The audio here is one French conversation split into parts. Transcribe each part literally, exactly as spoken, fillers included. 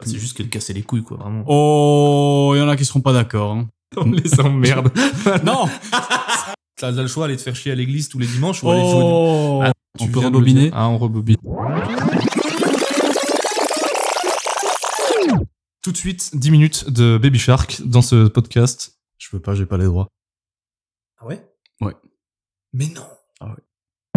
C'est juste qu'elle cassait les couilles, quoi, vraiment. Oh, il y en a qui seront pas d'accord. Hein. On les emmerde. Non. T'as le choix d'aller te faire chier à l'église tous les dimanches ou Oh. aller te jouer. Ah, on peut rebobiner. Ah, on rebobine. Tout de suite, dix minutes de Baby Shark dans ce podcast. Je peux pas, j'ai pas les droits. Ah ouais? Ouais. Mais non. Ah ouais.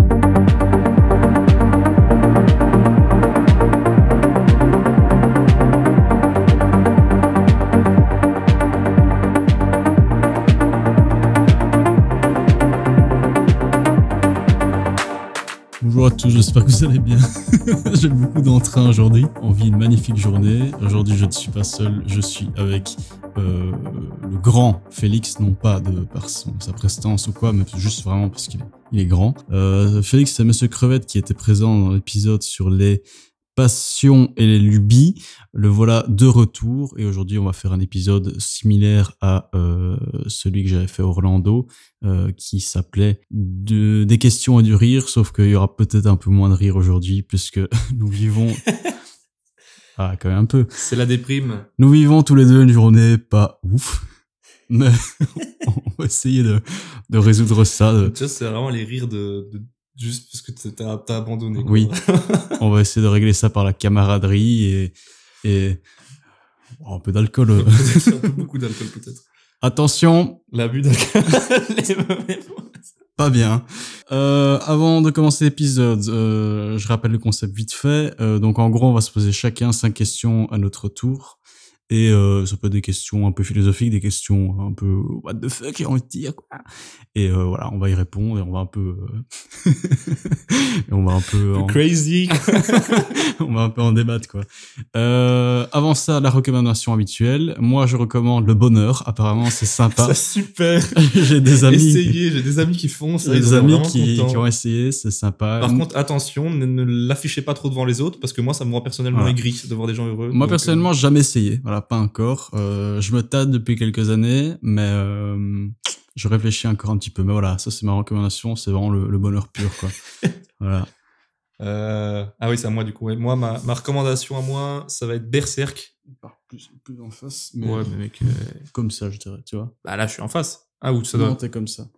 Bonjour à tous, j'espère que vous allez bien. J'ai beaucoup d'entrain aujourd'hui. On vit une magnifique journée. Aujourd'hui, je ne suis pas seul, je suis avec euh, le grand Félix, non pas de par son, sa prestance ou quoi, mais juste vraiment parce qu'il est, il est grand. Euh, Félix, c'est Monsieur Crevette qui était présent dans l'épisode sur les passions et les lubies. Le voilà de retour et aujourd'hui on va faire un épisode similaire à euh, celui que j'avais fait à Orlando euh, qui s'appelait de, des questions et du rire, sauf qu'il y aura peut-être un peu moins de rire aujourd'hui puisque nous vivons ah quand même un peu c'est la déprime. Nous vivons tous les deux une journée pas ouf, mais on va essayer de, de résoudre ça. De... Tu vois, c'est vraiment les rires de, de... juste parce que t'as, t'as abandonné. Quoi. Oui, on va essayer de régler ça par la camaraderie et, et oh, un peu d'alcool. Un peu beaucoup d'alcool peut-être. Attention, l'abus d'alcool. Les mauvais mots. Pas bien. Euh, avant de commencer l'épisode, euh, je rappelle le concept vite fait. Euh, donc en gros, on va se poser chacun cinq questions à notre tour. Et euh, ça peut être des questions un peu philosophiques, des questions un peu what the fuck, j'ai envie de dire quoi. Et euh, voilà, on va y répondre et on va un peu, euh... et on va un peu en... crazy, on va un peu en débattre quoi. Euh, avant ça, la recommandation habituelle. Moi, je recommande le bonheur. Apparemment, c'est sympa. C'est super. J'ai des amis. Essayez, j'ai des amis qui font ça. J'ai des amis qui, qui ont essayé, c'est sympa. Par contre, attention, ne, ne l'affichez pas trop devant les autres parce que moi, ça me rend personnellement voilà. aigri de voir des gens heureux. Moi, donc, personnellement, euh... jamais essayé. Voilà. Pas encore. Euh, je me tâte depuis quelques années, mais euh, je réfléchis encore un petit peu. Mais voilà, ça c'est ma recommandation, c'est vraiment le, le bonheur pur, quoi. Voilà. Euh... Ah oui, c'est à moi du coup. Ouais. Moi, ma, ma recommandation à moi, ça va être Berserk. Plus, plus en face. Mais ouais, mais mec. Euh... Comme ça, je dirais, tu vois. Bah là, je suis en face. Ah ou ça non, doit. t'es comme ça.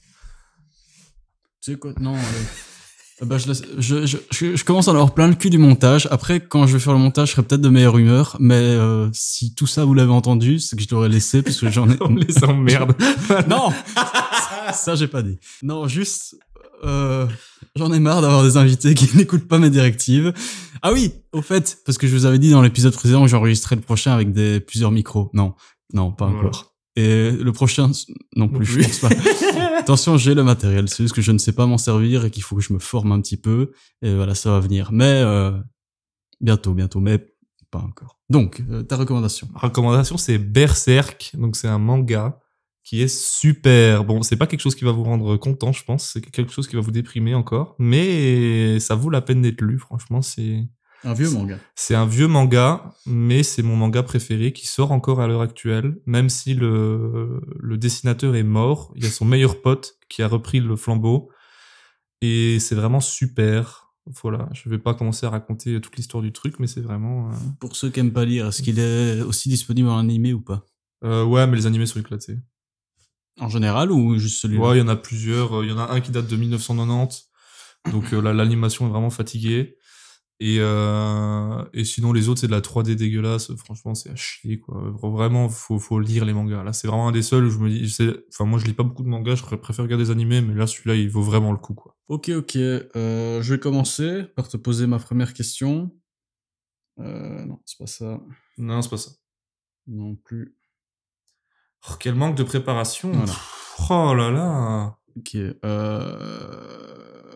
Tu sais quoi? Non. Allez. Bah, je, laisse, je, je, je, je commence à en avoir plein le cul du montage. Après, quand je vais faire le montage, je serai peut-être de meilleure humeur. Mais euh, si tout ça, vous l'avez entendu, c'est que je l'aurais laissé parce que j'en ai... On les emmerde. Non. Ça, j'ai pas dit. Non, juste... Euh, j'en ai marre d'avoir des invités qui n'écoutent pas mes directives. Ah oui, au fait, parce que je vous avais dit dans l'épisode précédent que j'enregistrais le prochain avec des plusieurs micros. Non, non, pas encore. Voilà. Et le prochain, non plus, non plus. Je pense pas. Attention, j'ai le matériel, c'est juste que je ne sais pas m'en servir et qu'il faut que je me forme un petit peu. Et voilà, ça va venir. Mais euh, bientôt, bientôt, mais pas encore. Donc, euh, ta recommandation. Ma recommandation, c'est Berserk. Donc, c'est un manga qui est super. Bon, c'est pas quelque chose qui va vous rendre content, je pense. C'est quelque chose qui va vous déprimer encore. Mais ça vaut la peine d'être lu, franchement. C'est un vieux manga. C'est un vieux manga, mais c'est mon manga préféré qui sort encore à l'heure actuelle. Même si le, le dessinateur est mort, il y a son meilleur pote qui a repris le flambeau. Et c'est vraiment super. Voilà, je vais pas commencer à raconter toute l'histoire du truc, mais c'est vraiment... Euh... Pour ceux qui aiment pas lire, est-ce qu'il est aussi disponible en animé ou pas? euh, Ouais, mais les animés sont éclatés. En général ou juste celui-là? Ouais, il y en a plusieurs. Il y en a un qui date de mille neuf cent quatre-vingt-dix. Donc euh, là, l'animation est vraiment fatiguée. Et, euh, et sinon, les autres, c'est de la trois D dégueulasse. Franchement, c'est à chier, quoi. Vraiment, faut, faut lire les mangas. Là, c'est vraiment un des seuls où je me dis... C'est... Enfin, moi, je lis pas beaucoup de mangas. Je préfère regarder des animés. Mais là, celui-là, il vaut vraiment le coup, quoi. Ok, ok. Euh, je vais commencer par te poser ma première question. Euh, non, c'est pas ça. Non, c'est pas ça. Non plus. Oh, quel manque de préparation. Voilà. Oh là là. Ok. Euh...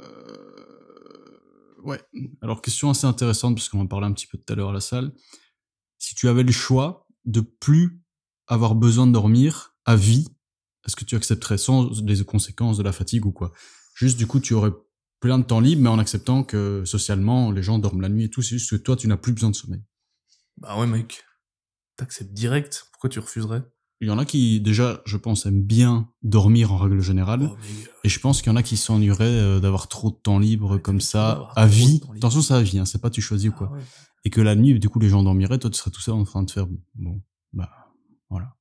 Ouais. Alors, question assez intéressante, parce qu'on en parlait un petit peu tout à l'heure à la salle. Si tu avais le choix de plus avoir besoin de dormir à vie, est-ce que tu accepterais sans les conséquences de la fatigue ou quoi? Juste, du coup, tu aurais plein de temps libre, mais en acceptant que socialement, les gens dorment la nuit et tout, c'est juste que toi, tu n'as plus besoin de sommeil. Bah ouais, mec. T'acceptes direct. Pourquoi tu refuserais? Il y en a qui, déjà, je pense, aiment bien dormir en règle générale. Oh, mais... Et je pense qu'il y en a qui s'ennuieraient euh, d'avoir trop de temps libre ouais, comme ça, à vie. Attention, c'est à vie, hein, c'est pas tu choisis ah, ou quoi. Ouais. et que la nuit, du coup, les gens dormiraient, toi, tu serais tout seul en train de faire, bon, bah, voilà.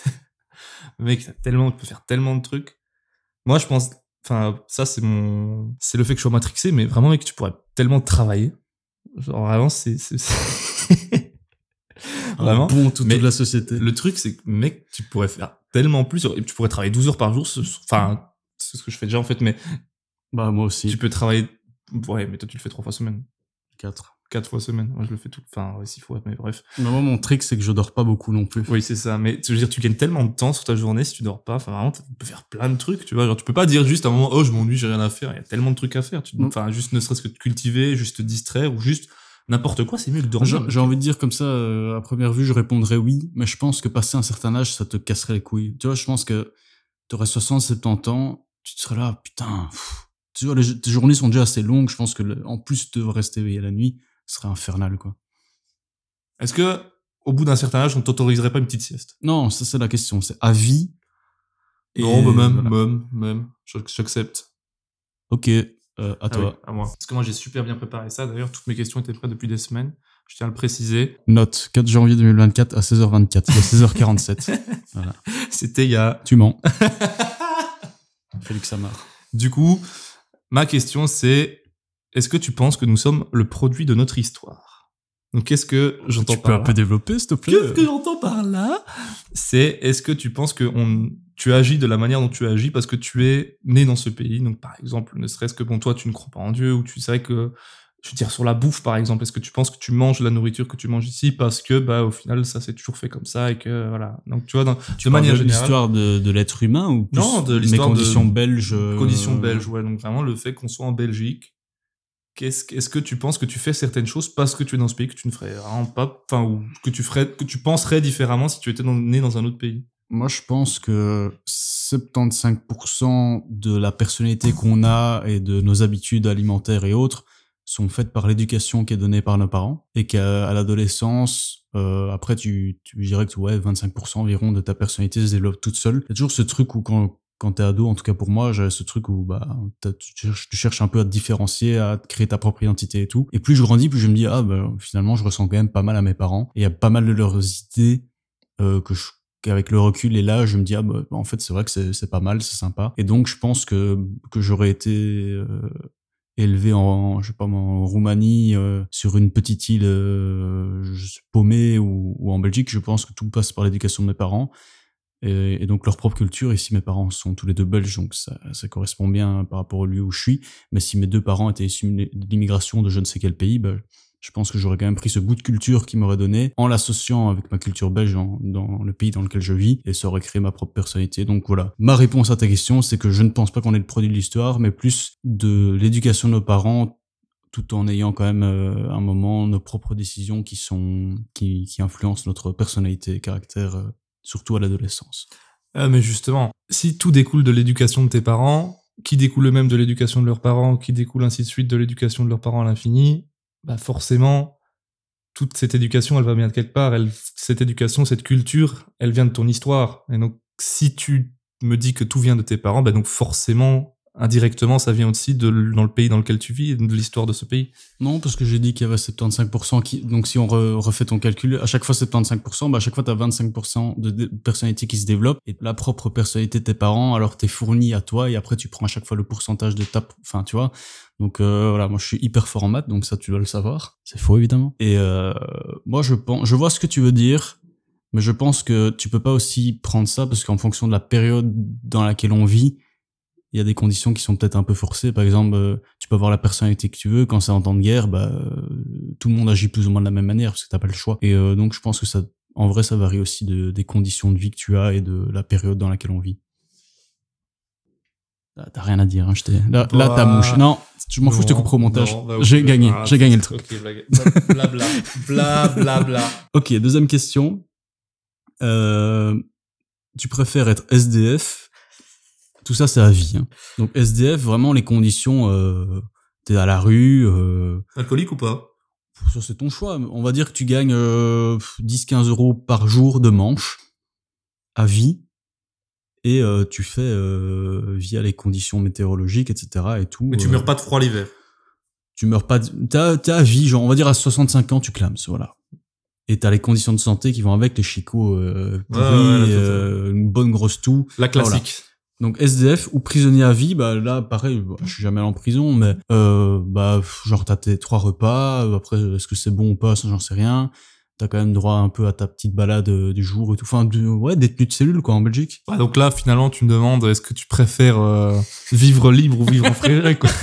Mec, t'as tellement, tu peux faire tellement de trucs. Moi, je pense, enfin, ça, c'est mon, c'est le fait que je sois matrixé, mais vraiment, mec, tu pourrais tellement travailler. Genre, vraiment, c'est, c'est, c'est... vraiment. Bon, tout, mais toute la société. Le truc, c'est que, mec, tu pourrais faire tellement plus, et tu pourrais travailler douze heures par jour, enfin, c'est ce que je fais déjà, en fait, mais. Bah, moi aussi. Tu peux travailler, ouais, mais toi, tu le fais trois fois semaine. Quatre. Quatre fois semaine. Moi, je le fais tout, enfin, ouais, six fois, mais bref. Mais moi, mon trick, c'est que je dors pas beaucoup non plus. Oui, c'est ça. Mais, tu veux dire, tu gagnes tellement de temps sur ta journée si tu dors pas. Enfin, vraiment, tu peux faire plein de trucs, tu vois. Genre, tu peux pas dire juste à un moment, oh, je m'ennuie, j'ai rien à faire. Il y a tellement de trucs à faire. Tu, enfin, juste ne serait-ce que te cultiver, juste te distraire ou juste n'importe quoi, c'est mieux que dormir. J'ai, j'ai envie de dire comme ça, euh, à première vue, je répondrais oui, mais je pense que passer un certain âge, ça te casserait les couilles. Tu vois, je pense que t'aurais soixante, soixante-dix ans, tu te serais là, putain, pff, tu vois, les, tes journées sont déjà assez longues, je pense que, le, en plus de rester éveillé la nuit, ce serait infernal, quoi. Est-ce que, au bout d'un certain âge, on t'autoriserait pas une petite sieste? Non, ça c'est la question, c'est à vie. Non, bah même, voilà. même, même, j'accepte. Ok, euh, à ah toi. Oui, à moi. Parce que moi, j'ai super bien préparé ça. D'ailleurs, toutes mes questions étaient prêtes depuis des semaines. Je tiens à le préciser. Note, quatre janvier deux mille vingt-quatre à seize heures vingt-quatre. Il est seize heures quarante-sept. Voilà. C'était il y a... Tu mens. Félix Samar. Du coup, ma question c'est, est-ce que tu penses que nous sommes le produit de notre histoire? Donc, qu'est-ce que j'entends par là? Tu peux un peu développer, s'il te plaît? Qu'est-ce que j'entends par là? C'est, est-ce que tu penses que on, tu agis de la manière dont tu agis parce que tu es né dans ce pays? Donc, par exemple, ne serait-ce que, bon, toi, tu ne crois pas en Dieu, ou tu sais que, je veux dire, sur la bouffe, par exemple, est-ce que tu penses que tu manges la nourriture que tu manges ici parce que, bah, au final, ça s'est toujours fait comme ça et que, voilà. Donc, tu vois, dans, tu de manière de générale. L'histoire de, de l'être humain ou plus non, de l'histoire mes conditions de, belges. Euh... Conditions belges, ouais. Donc, vraiment, le fait qu'on soit en Belgique. Qu'est-ce, est-ce que tu penses que tu fais certaines choses parce que tu es dans ce pays que tu ne ferais vraiment pas, enfin, ou que tu ferais, que tu penserais différemment si tu étais dans, né dans un autre pays? Moi, je pense que soixante-quinze pour cent de la personnalité qu'on a et de nos habitudes alimentaires et autres sont faites par l'éducation qui est donnée par nos parents et qu'à à l'adolescence, euh, après, tu, tu dirais que ouais, vingt-cinq pour cent environ de ta personnalité se développe toute seule. Il y a toujours ce truc où quand quand t'es ado, en tout cas pour moi, j'avais ce truc où bah tu cherches, tu cherches un peu à te différencier, à créer ta propre identité et tout. Et plus je grandis, plus je me dis ah bah finalement je ressens quand même pas mal à mes parents. Et il y a pas mal de leurs idées euh, que je, qu'avec le recul et là je me dis ah bah en fait c'est vrai que c'est, c'est pas mal, c'est sympa. Et donc je pense que que j'aurais été euh, élevé en je sais pas en Roumanie euh, sur une petite île euh, paumée ou, ou en Belgique. Je pense que tout passe par l'éducation de mes parents. Et, et donc leur propre culture. Ici, mes parents sont tous les deux belges, donc ça, ça correspond bien par rapport au lieu où je suis. Mais si mes deux parents étaient issus de l'immigration de je ne sais quel pays, bah, je pense que j'aurais quand même pris ce bout de culture qu'ils m'auraient donné en l'associant avec ma culture belge dans, dans le pays dans lequel je vis, et ça aurait créé ma propre personnalité. Donc voilà. Ma réponse à ta question, c'est que je ne pense pas qu'on est le produit de l'histoire, mais plus de l'éducation de nos parents, tout en ayant quand même euh, un moment nos propres décisions qui sont qui, qui influencent notre personnalité et caractère. Euh, surtout à l'adolescence. Ah, mais justement, si tout découle de l'éducation de tes parents, qui découle même de l'éducation de leurs parents, qui découle ainsi de suite de l'éducation de leurs parents à l'infini, bah forcément, toute cette éducation, elle va bien de quelque part. Elle, cette éducation, cette culture, elle vient de ton histoire. Et donc, si tu me dis que tout vient de tes parents, bah donc forcément, indirectement, ça vient aussi de dans le pays dans lequel tu vis et de l'histoire de ce pays. Non, parce que j'ai dit qu'il y avait soixante-quinze pour cent qui, donc si on re, refait ton calcul, à chaque fois soixante-quinze pour cent, bah à chaque fois t'as vingt-cinq pour cent de dé- personnalité qui se développe, et la propre personnalité de tes parents, alors t'es fourni à toi, et après tu prends à chaque fois le pourcentage de ta, enfin tu vois. Donc euh, voilà, moi je suis hyper fort en maths, donc ça tu dois le savoir. C'est faux évidemment. Et euh, moi je pense, je vois ce que tu veux dire, mais je pense que tu peux pas aussi prendre ça, parce qu'en fonction de la période dans laquelle on vit, il y a des conditions qui sont peut-être un peu forcées. Par exemple, euh, tu peux avoir la personnalité que tu veux. Quand c'est en temps de guerre, bah, euh, tout le monde agit plus ou moins de la même manière parce que t'as pas le choix. Et euh, donc, je pense que ça, en vrai, ça varie aussi de, des conditions de vie que tu as et de la période dans laquelle on vit. Là, t'as rien à dire, hein, je t'ai... Là, bah... là t'as mouche. Non, je m'en non, fous, je te couperai au montage. Non, bah, okay. J'ai gagné, ah, j'ai gagné le truc. Ok, blabla, blabla, blabla. Ok, deuxième question. Euh, tu préfères être S D F? Tout ça, c'est à vie. Hein. Donc S D F, vraiment les conditions, euh, t'es à la rue. Euh, Alcoolique ou pas? Ça, c'est ton choix. On va dire que tu gagnes euh, dix à quinze euros par jour de manche à vie. Et euh, tu fais euh, via les conditions météorologiques, et cetera. Et tout. Mais tu euh, meurs pas de froid l'hiver? tu meurs pas, t'as, t'as à vie, genre, on va dire à soixante-cinq ans, tu clames, voilà. Et t'as les conditions de santé qui vont avec, les chicots euh, pourris, ouais, ouais, euh, une bonne grosse toux. La classique. Voilà. Donc S D F ou prisonnier à vie, bah là pareil, bah, je suis jamais allé en prison, mais euh, bah genre t'as tes trois repas, après est-ce que c'est bon ou pas, ça j'en sais rien. T'as quand même droit un peu à ta petite balade euh, du jour et tout. Enfin, du, ouais, détenu de cellule quoi en Belgique. Ouais, donc là finalement tu me demandes est-ce que tu préfères euh, vivre libre ou vivre en fréré quoi.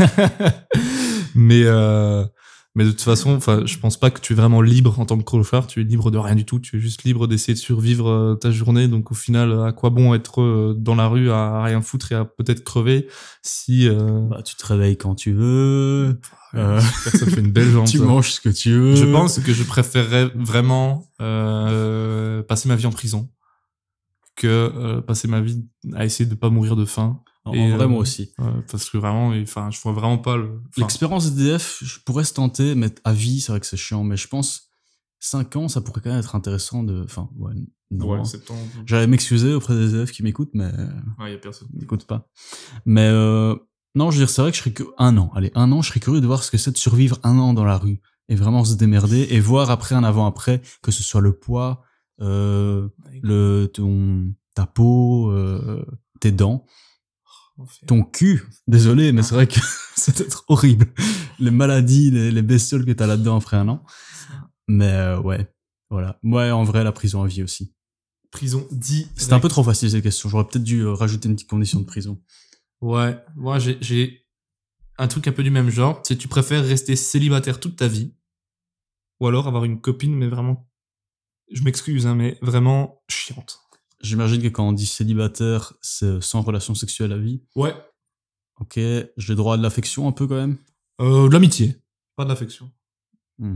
Mais euh, mais de toute façon, enfin, je pense pas que tu es vraiment libre en tant que chauffeur. Tu es libre de rien du tout. Tu es juste libre d'essayer de survivre euh, ta journée. Donc au final, à quoi bon être euh, dans la rue à rien foutre et à peut-être crever si euh... bah tu te réveilles quand tu veux. Euh... Ça fait une belle jambe. Tu ça. manges ce que tu veux. Je pense que je préférerais vraiment euh, passer ma vie en prison que euh, passer ma vie à essayer de pas mourir de faim. En, et, en vrai, euh, moi aussi. Euh, parce que vraiment, enfin, je vois vraiment pas le. L'expérience S D F, je pourrais se tenter, mais à vie, c'est vrai que c'est chiant. Mais je pense cinq ans, ça pourrait quand même être intéressant de. Enfin, ouais. Non. Ouais, c'est temps. J'allais m'excuser auprès des S D F qui m'écoutent, mais. Ouais, y a personne. Ils m'écoutent pas. Mais euh, non, je veux dire, c'est vrai que je serais que un an. Allez, un an, je serais curieux de voir ce que c'est de survivre un an dans la rue et vraiment se démerder et voir après un avant-après, que ce soit le poids, euh, le ton ta peau, euh, tes dents. Ton cul, désolé, mais c'est vrai que c'est peut-être horrible. Les maladies, les, les bestioles que t'as là-dedans après un an. Mais euh, ouais, voilà. Ouais, en vrai, la prison à vie aussi. Prison dit. C'était un peu trop facile cette question. J'aurais peut-être dû euh, rajouter une petite condition de prison. Ouais, moi j'ai, j'ai un truc un peu du même genre. C'est tu préfères rester célibataire toute ta vie, ou alors avoir une copine, mais vraiment, je m'excuse, hein, mais vraiment chiante. J'imagine que quand on dit célibataire, c'est sans relation sexuelle à vie. Ouais. Ok, j'ai droit à de l'affection un peu quand même. Euh, de l'amitié, pas de l'affection. Hmm.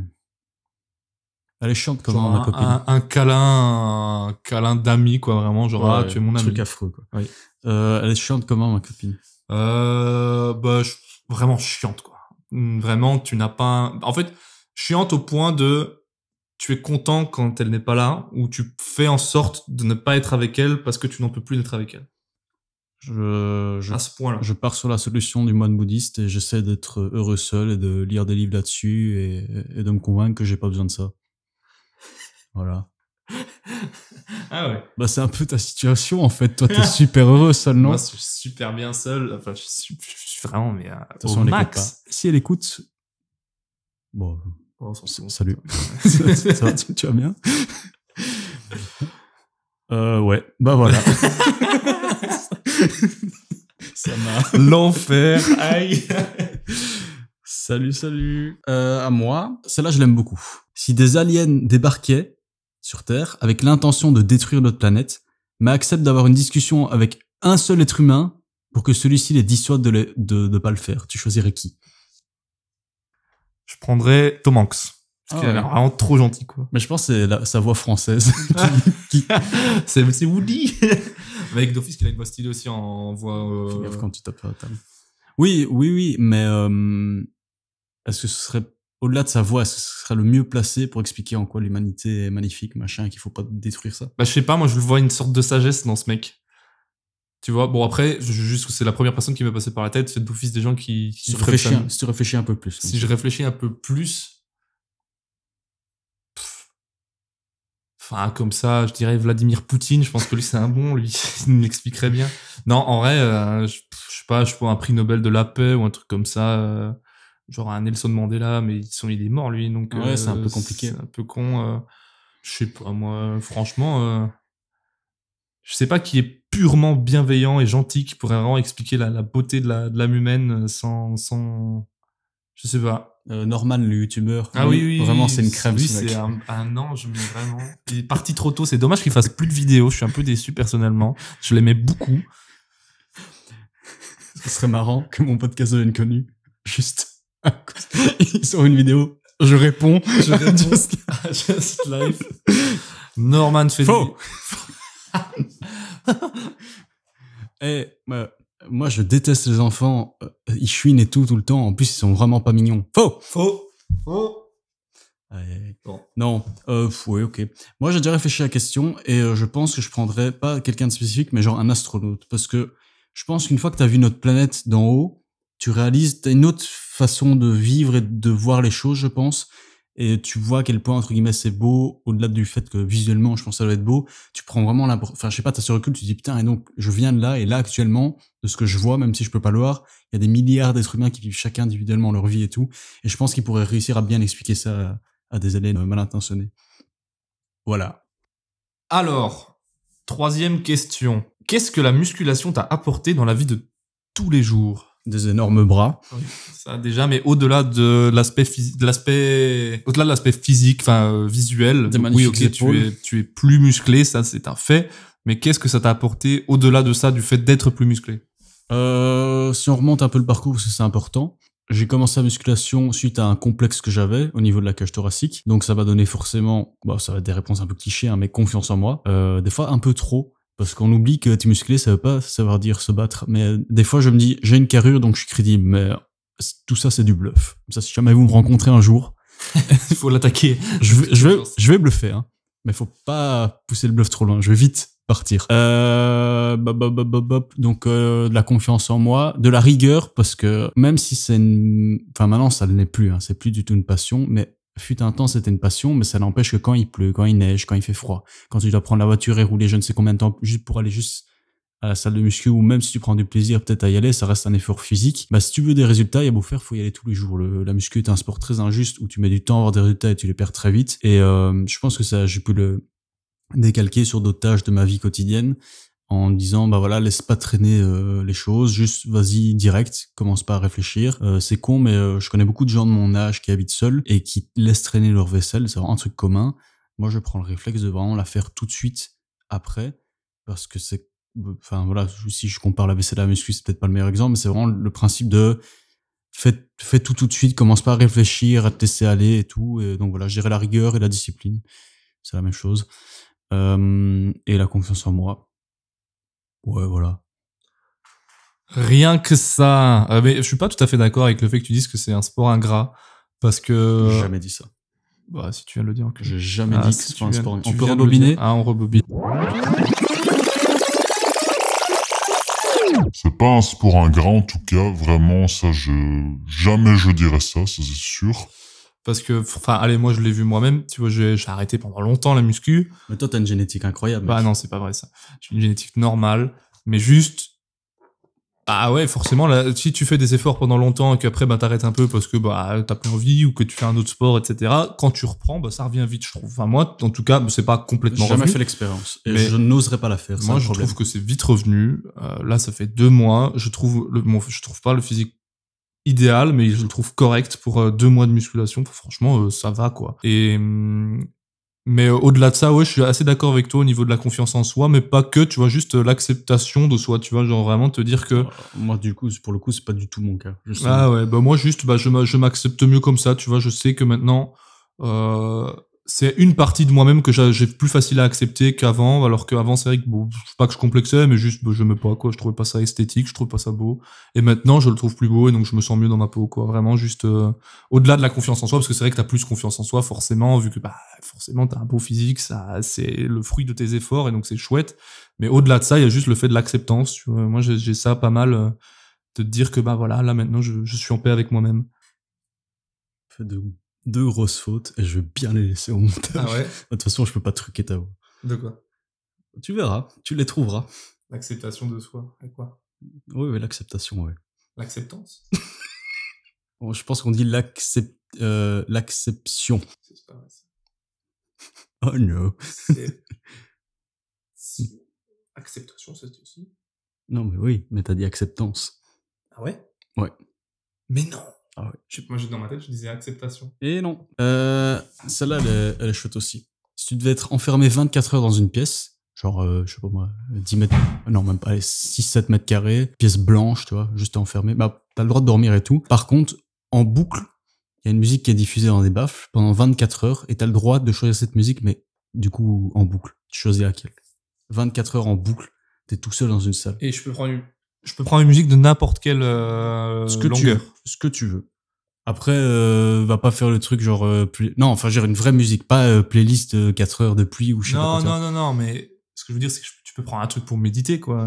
Elle est chiante comment genre ma copine. Un, un câlin, un câlin d'ami quoi, vraiment genre ouais, ah tu es mon ami. Truc affreux quoi. Oui. Euh, elle est chiante comment ma copine. Euh, bah je, vraiment chiante quoi. Vraiment tu n'as pas. Un... En fait chiante au point de tu es content quand elle n'est pas là, ou tu fais en sorte de ne pas être avec elle parce que tu n'en peux plus d'être avec elle. Je, je, à ce point-là. Je pars sur la solution du moine bouddhiste et j'essaie d'être heureux seul et de lire des livres là-dessus et, et de me convaincre que j'ai pas besoin de ça. Voilà. Ah ouais. Bah c'est un peu ta situation en fait. Toi t'es super heureux seul, non? Moi je suis super bien seul. Enfin je suis, je suis vraiment mais à, de toute façon, au elle max. Pas. Si elle écoute, bon. Oh, salut. ça, ça va, tu, tu vas bien? Euh, ouais. Bah voilà. Ça m'a. L'enfer. Aïe. Salut, salut. Euh, à moi. Celle-là, je l'aime beaucoup. Si des aliens débarquaient sur Terre avec l'intention de détruire notre planète, mais acceptent d'avoir une discussion avec un seul être humain pour que celui-ci les dissuade de, les, de, de pas le faire, tu choisirais qui? Je prendrais Tom Hanks. Parce ah qu'il a ouais. l'air vraiment trop gentil, quoi. Mais je pense que c'est la, sa voix française. qui, qui... c'est, c'est Woody. Avec d'office qu'il a une voix stylée aussi en voix... Euh... Fais gaffe quand tu tapes à la table. Oui, oui, oui, mais euh, est-ce que ce serait, au-delà de sa voix, est-ce que ce serait le mieux placé pour expliquer en quoi l'humanité est magnifique, machin, et qu'il faut pas détruire ça? Bah je sais pas, moi je vois une sorte de sagesse dans ce mec. Tu vois, bon après, je, juste c'est la première personne qui m'est passée par la tête, c'est d'office des gens qui... qui si, tu réfléchis, un, si tu réfléchis un peu plus. Si je réfléchis un peu plus... Pff. Enfin, comme ça, je dirais Vladimir Poutine, je pense que lui c'est un bon, lui, il m'expliquerait bien. Non, en vrai, euh, je, je sais pas, je vois un prix Nobel de la paix ou un truc comme ça, euh, genre un Nelson Mandela, mais ils sont, il est mort lui, donc... Ouais, euh, c'est un peu compliqué. C'est un peu con, euh, je sais pas, moi, franchement... Euh, je sais pas qui est purement bienveillant et gentil, qui pourrait vraiment expliquer la, la beauté de la, de l'âme humaine sans, sans, je sais pas. Euh, Norman, le youtubeur. Ah oui, oui, vraiment, oui, c'est une crème. Lui, c'est un, un ange, mais vraiment. Il est parti trop tôt. C'est dommage qu'il fasse plus de vidéos. Je suis un peu déçu personnellement. Je l'aimais beaucoup. Ce serait marrant que mon podcast devienne connu. Juste, il sort une vidéo. Je réponds. Je réponds. Just, just live. Norman fait faux. Eh, bah, moi, je déteste les enfants. Ils chouinent et tout, tout le temps. En plus, ils sont vraiment pas mignons. Faux! Faux! Faux! Ouais. Bon. Non, euh, oui, ok. Moi, j'ai déjà réfléchi à la question et euh, je pense que je prendrais pas quelqu'un de spécifique, mais genre un astronaute. Parce que je pense qu'une fois que t'as vu notre planète d'en haut, tu réalises, t'as une autre façon de vivre et de voir les choses, je pense. Et tu vois à quel point, entre guillemets, c'est beau, au-delà du fait que visuellement, je pense que ça doit être beau, tu prends vraiment l'importance, enfin, je sais pas, t'as ce recul, tu te dis, putain, et donc, je viens de là, et là, actuellement, de ce que je vois, même si je peux pas le voir, il y a des milliards d'êtres humains qui vivent chacun individuellement leur vie et tout, et je pense qu'ils pourraient réussir à bien expliquer ça à, à des aliens mal intentionnés. Voilà. Alors, troisième question. Qu'est-ce que la musculation t'a apporté dans la vie de tous les jours? Des énormes bras. Oui, ça déjà, mais au-delà de l'aspect phys- de l'aspect, au-delà de l'aspect physique, enfin euh, visuel. Des Donc, oui, ok, magnifiques tu épaules. es, tu es plus musclé, ça c'est un fait. Mais qu'est-ce que ça t'a apporté au-delà de ça, du fait d'être plus musclé? Euh, si on remonte un peu le parcours, parce que c'est important. J'ai commencé la musculation suite à un complexe que j'avais au niveau de la cage thoracique. Donc ça m'a donné forcément, bah, ça va être des réponses un peu clichés, hein, mais confiance en moi. Euh, des fois un peu trop. Parce qu'on oublie que être musclé, ça veut pas savoir dire se battre. Mais des fois, je me dis, j'ai une carrure, donc je suis crédible. Mais tout ça, c'est du bluff. Comme ça, si jamais vous me rencontrez un jour, Il faut l'attaquer. je vais, je vais, je vais bluffer, hein. Mais faut pas pousser le bluff trop loin. Je vais vite partir. Euh, bop, bop, bop, bop, bop. Donc, euh, de la confiance en moi, de la rigueur, parce que même si c'est une, enfin, maintenant, ça ne l'est plus, hein. C'est plus du tout une passion, mais fut un temps, c'était une passion, mais ça n'empêche que quand il pleut, quand il neige, quand il fait froid, quand tu dois prendre la voiture et rouler je ne sais combien de temps juste pour aller juste à la salle de muscu, ou même si tu prends du plaisir peut-être à y aller, ça reste un effort physique. Bah, si tu veux des résultats, il y a beau faire, faut y aller tous les jours. Le, la muscu est un sport très injuste où tu mets du temps à avoir des résultats et tu les perds très vite. Et euh, je pense que ça, j'ai pu le décalquer sur d'autres tâches de ma vie quotidienne en me disant, bah voilà, laisse pas traîner euh, les choses, juste vas-y direct, commence pas à réfléchir. Euh, c'est con, mais euh, je connais beaucoup de gens de mon âge qui habitent seuls et qui laissent traîner leur vaisselle, c'est vraiment un truc commun. Moi, je prends le réflexe de vraiment la faire tout de suite après, parce que c'est, enfin voilà, si je compare la vaisselle à la muscu, c'est peut-être pas le meilleur exemple, mais c'est vraiment le principe de fais, fais tout tout de suite, commence pas à réfléchir, à te laisser aller et tout. Et donc voilà, je dirais la rigueur et la discipline, c'est la même chose. Euh, et la confiance en moi. Ouais, voilà. Rien que ça. Euh, mais je suis pas tout à fait d'accord avec le fait que tu dises que c'est un sport ingrat, parce que. J'ai jamais dit ça. Bah, si tu viens de le dire. Okay. J'ai jamais ah, dit si que c'est tu pas un viens, sport. tu On peut viens de le rebobiner. dire. Ah, on rebobine. C'est pas un sport ingrat en tout cas, vraiment, ça je... Jamais je dirais ça, ça c'est sûr. Parce que, enfin, allez, moi je l'ai vu moi-même, tu vois, j'ai, j'ai arrêté pendant longtemps la muscu. Mais toi t'as une génétique incroyable. Bah mec. non, c'est pas vrai ça. J'ai une génétique normale, mais juste... Ah ouais, forcément, là, si tu fais des efforts pendant longtemps et qu'après, bah, t'arrêtes un peu parce que, bah, t'as plus envie ou que tu fais un autre sport, et cetera. Quand tu reprends, bah, ça revient vite, je trouve. Enfin, moi, en tout cas, c'est pas complètement J'ai jamais revenu. fait l'expérience. Et Mais je n'oserais pas la faire. Moi, je trouve que c'est vite revenu. Euh, là, ça fait deux mois. Je trouve le, bon, je trouve pas le physique idéal, mais je le trouve correct pour euh, deux mois de musculation. Franchement, euh, ça va, quoi. Et, hum, mais euh, au-delà de ça, ouais, je suis assez d'accord avec toi au niveau de la confiance en soi, mais pas que, tu vois, juste euh, l'acceptation de soi, tu vois, genre vraiment te dire que... Euh, moi, du coup, pour le coup, c'est pas du tout mon cas. Je sais. Ah ouais, bah moi juste, bah je, m'a- je m'accepte mieux comme ça, tu vois, je sais que maintenant, euh, c'est une partie de moi-même que j'ai j'ai plus facile à accepter qu'avant, alors qu'avant c'est vrai que, bon, c'est pas que je complexais, mais juste, bah, je m'aimais pas, quoi, je trouvais pas ça esthétique, je trouvais pas ça beau, et maintenant je le trouve plus beau, et donc je me sens mieux dans ma peau, quoi, vraiment juste, euh, au-delà de la confiance en soi, parce que c'est vrai que t'as plus confiance en soi, forcément, vu que, bah, forcément t'as un beau physique, ça, c'est le fruit de tes efforts, et donc c'est chouette, mais au-delà de ça, il y a juste le fait de l'acceptance, tu vois, moi j'ai j'ai ça pas mal, euh, de te dire que bah voilà, là maintenant je, je suis en paix avec moi-même. Fait de deux grosses fautes et je vais bien les laisser au montage. Ah ouais? De toute façon, je peux pas truquer ta voix. De quoi? Tu verras, tu les trouveras. L'acceptation de soi. Et quoi? Oui, oui, l'acceptation, ouais. L'acceptance? Bon, je pense qu'on dit l'accep... euh, l'acception. C'est pas vrai, ça. Oh no. C'est... Si. Acceptation, c'est aussi. Non, mais oui, mais t'as dit acceptance. Ah ouais? Ouais. Mais non! Ah ouais. Je, moi, dans ma tête, je disais acceptation. Et non. Euh, celle-là, elle est, elle est chouette aussi. Si tu devais être enfermé vingt-quatre heures dans une pièce, genre, euh, je sais pas moi, dix mètres, non, même pas, six sept mètres carrés, pièce blanche, tu vois, juste enfermé, bah, t'as le droit de dormir et tout. Par contre, en boucle, il y a une musique qui est diffusée dans des baffles pendant vingt-quatre heures et t'as le droit de choisir cette musique, mais du coup, en boucle. Tu choisis laquelle. vingt-quatre heures en boucle, t'es tout seul dans une salle. Et je peux prendre une, je peux prendre une musique de n'importe quelle euh, ce que longueur. Tu veux, ce que tu veux. Après, euh, va pas faire le truc genre... Euh, play... Non, enfin, j'ai une vraie musique, pas euh, playlist euh, quatre heures de pluie ou je sais non, pas quoi. Non, non, non, mais ce que je veux dire, c'est que tu peux prendre un truc pour méditer, quoi.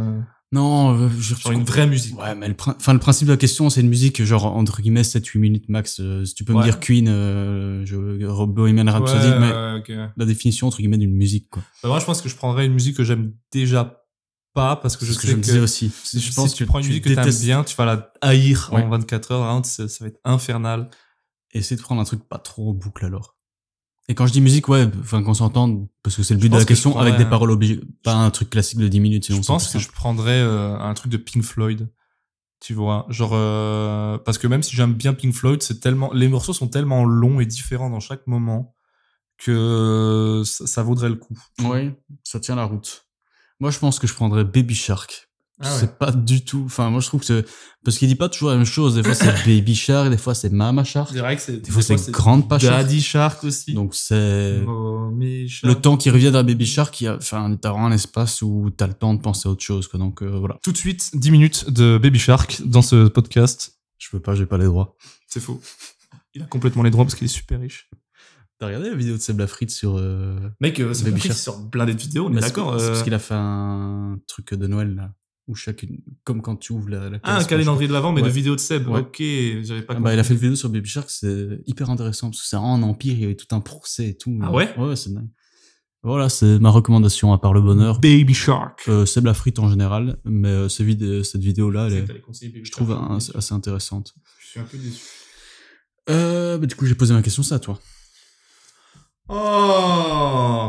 Non, euh, je, Genre une vraie musique. Ouais, mais le, prin- enfin, le principe de la question, c'est une musique genre entre guillemets sept huit minutes max. Euh, si tu peux Ouais. me dire Queen, euh, je, Bohemian Rhapsody, Ouais, mais ouais, ok. la définition entre guillemets d'une musique, quoi. Bah, moi, je pense que je prendrais une musique que j'aime déjà pas parce que C'est je ce que sais je me que disais aussi. si, Je pense si tu que prends une tu musique que t'aimes détestes- bien, tu vas la haïr Ouais. en vingt-quatre heures. Vraiment, ça, ça va être infernal. Essayer de prendre un truc pas trop en boucle alors. Et quand je dis musique, ouais, enfin qu'on s'entende, parce que c'est le but Je de pense la que je question, prendrais avec des un- paroles obligées, pas un truc classique de dix minutes. Sinon Je c'est pense plus que je simple. prendrais euh, un truc de Pink Floyd. Tu vois, genre euh, parce que même si j'aime bien Pink Floyd, c'est tellement les morceaux sont tellement longs et différents dans chaque moment que ça, ça vaudrait le coup. Oui, ça tient la route. Moi, je pense que je prendrais Baby Shark. Ah ouais. C'est pas du tout. Enfin, moi, je trouve que c'est- parce qu'il dit pas toujours la même chose. Des fois, c'est Baby Shark, des fois, c'est Mama Shark. C'est vrai que c'est Des fois, c'est Grandpa Shark. Daddy Shark aussi. Donc, c'est Mommy Shark. le temps qui revient d'un Baby Shark. Il y a, enfin, t'as vraiment un espace où t'as le temps de penser à autre chose, quoi. Donc, euh, voilà. Tout de suite, dix minutes de Baby Shark dans ce podcast. Je peux pas, j'ai pas les droits. C'est faux. Il a complètement les droits parce qu'il est super riche. T'as regardé la vidéo de Seb Lafrite sur euh... Mec, euh, c'est Baby Baby Shark. sur blindé de vidéos, on est Bah, c'est- d'accord. C'est euh, parce qu'il a fait un truc de Noël là, où chacune, comme quand tu ouvres la. la Ah, un case, calendrier de l'avant, mais Ouais. de vidéos de Seb. Ouais. Ok, j'avais pas Ah compris. bah, il a fait une vidéo sur Baby Shark, c'est hyper intéressant parce que c'est vraiment un empire, il y avait tout un procès et tout. Ah ouais Ouais, c'est dingue. Voilà, c'est ma recommandation à part le bonheur. Baby Shark. Euh, Seb Lafrite en général, mais euh, ce vid- cette vidéo-là, elle C'est est, que t'allais conseiller Baby je trouve Shark. un- assez intéressante. Je suis un peu déçu. Euh, bah, du coup, j'ai posé ma question, c'est à toi. Oh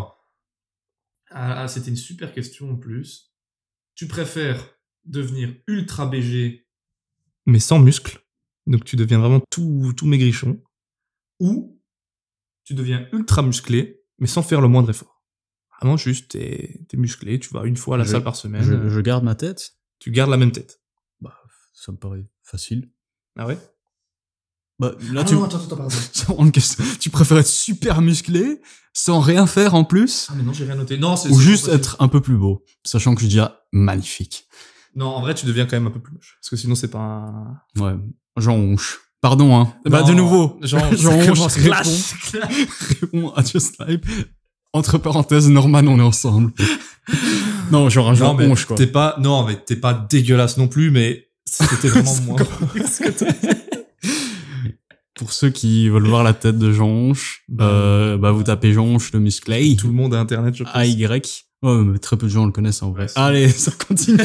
Ah, ah, c'était une super question en plus. Tu préfères devenir ultra B G, mais sans muscles, donc tu deviens vraiment tout, tout maigrichon, ou tu deviens ultra musclé, mais sans faire le moindre effort. Vraiment juste, t'es t'es musclé, tu vas une fois à la Je- salle par semaine, Je, euh, je garde ma tête. tu gardes la même tête. Bah, ça me paraît facile. Ah ouais Bah, là, Ah tu, non, attends, attends, pardon. c'est vraiment une question. Tu préfères être super musclé, sans rien faire en plus, Ah mais non, j'ai rien noté. Non, c'est ou c'est juste trop facile. être un peu plus beau, sachant que je dis ah, magnifique. Non, en vrai, tu deviens quand même un peu plus moche. Parce que sinon, c'est pas un... Ouais, Jean Honche. Pardon, hein. Bah, Non, de nouveau. Jean, Jean ça Honche commence répond, clash, clash. répond à Just Live. Entre parenthèses, Norman, on est ensemble. Non, genre un Jean Non, mais Honche, quoi. t'es pas, non, mais t'es pas dégueulasse non plus, mais c'était vraiment C'est moins. encore plus que toi. Pour ceux qui veulent voir la tête de Jean Honche, euh, bah, vous tapez Jean Honche le musclé. Tout le monde a internet, je pense. A Y. Ouais, mais très peu de gens le connaissent en vrai. Ouais, c'est- Allez, ça continue.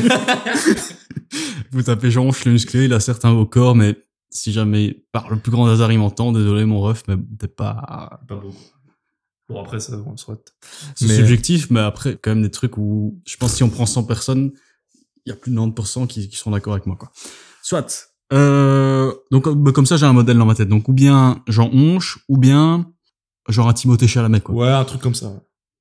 Vous tapez Jean Honche le musclé, il a certes un beau corps, mais si jamais, par le plus grand hasard, il m'entend, désolé mon ref, mais t'es pas... Pas beaucoup. Bon, après, ça, on soit. C'est Mais- subjectif, mais après, quand même des trucs où, je pense que si on prend cent personnes, il y a plus de quatre-vingt-dix pour cent qui, qui sont d'accord avec moi, quoi. Soit. Euh, donc, bah, comme ça, j'ai un modèle dans ma tête. Donc, ou bien Jean Honche, ou bien, genre un Timothée Chalamet, quoi. Ouais, un truc comme ça. ouais.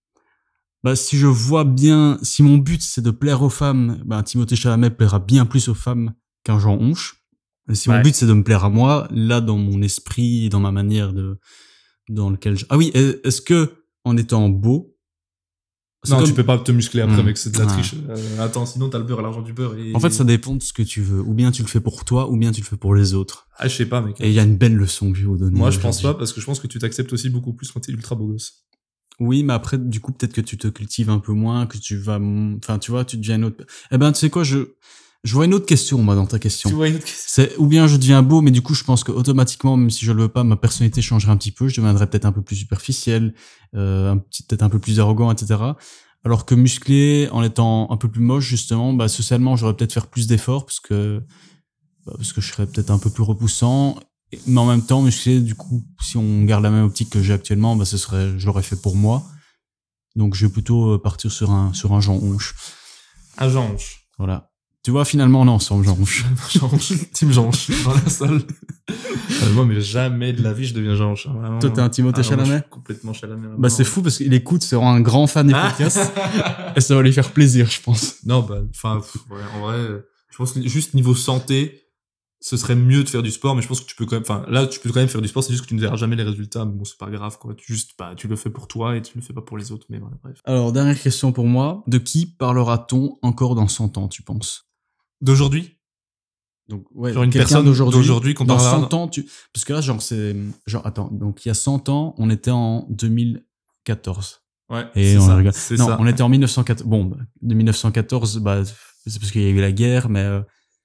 Bah, si je vois bien, si mon but c'est de plaire aux femmes, bah, un Timothée Chalamet plaira bien plus aux femmes qu'un Jean Honche. Et si Ouais. mon but c'est de me plaire à moi, là, dans mon esprit, dans ma manière de, dans lequel je... Ah oui, est- est-ce que, en étant beau, c'est Non, comme- tu peux pas te muscler après, Mmh. mec, c'est de la Ouais. triche. Euh, attends, sinon t'as le beurre et l'argent du beurre. Et... En fait, ça dépend de ce que tu veux. Ou bien tu le fais pour toi, ou bien tu le fais pour les autres. Ah, je sais pas, mec. Et il y a une belle leçon que je vais vous donner. Moi, je pense aujourd'hui. pas, parce que je pense que tu t'acceptes aussi beaucoup plus quand t'es ultra beau gosse. Oui, mais après, du coup, peut-être que tu te cultives un peu moins, que tu vas, enfin, tu vois, tu deviens une autre. Eh ben, tu sais quoi, je, je vois une autre question, moi, dans ta question. Tu vois une autre question. C'est, ou bien je deviens beau, mais du coup, je pense que automatiquement, même si je le veux pas, ma personnalité changerait un petit peu, je deviendrais peut-être un peu plus superficiel, euh, un petit, peut-être un peu plus arrogant, et cetera. Alors que musclé, en étant un peu plus moche, justement, bah, socialement, j'aurais peut-être faire plus d'efforts parce que, bah, parce que je serais peut-être un peu plus repoussant. Et- Mais en même temps, musclé, du coup, si on garde la même optique que j'ai actuellement, bah, ce serait, je l'aurais fait pour moi. Donc, je vais plutôt euh, partir sur un, sur un Jean Honche. Un Janche. Voilà. Tu vois, finalement, on est ensemble, Jean Honche. Janche. Team Janche. Dans la salle. Euh, moi, mais jamais de la vie, je deviens Janche. hein, vraiment. Toi, t'es un Timothée Ah, non, moi, Chalamet? je suis complètement Chalamet. Bah, c'est fou parce qu'il écoute, c'est vraiment un grand fan des podcasts. Ah. Et ça va lui faire plaisir, je pense. Non, bah, enfin, pff, ouais, en vrai, euh, je pense que juste niveau santé, ce serait mieux de faire du sport, mais je pense que tu peux quand même, enfin, là, tu peux quand même faire du sport, c'est juste que tu ne verras jamais les résultats, mais bon, c'est pas grave, quoi. Tu juste, bah, tu le fais pour toi et tu le fais pas pour les autres, mais voilà, bref. Alors, dernière question pour moi. De qui parlera-t-on encore dans cent ans, tu penses? D'aujourd'hui? Donc, ouais, Genre une quelqu'un personne d'aujourd'hui qu'on dans parlera- cent ans, tu, parce que là, genre, c'est, genre, attends, donc, il y a cent ans, on était en deux mille quatorze. Ouais, Et c'est on ça, rigole. c'est Non, ça. on était en mille neuf cent quatorze. Bon, bah, de mille neuf cent quatorze, bah, c'est parce qu'il y a eu la guerre, mais euh,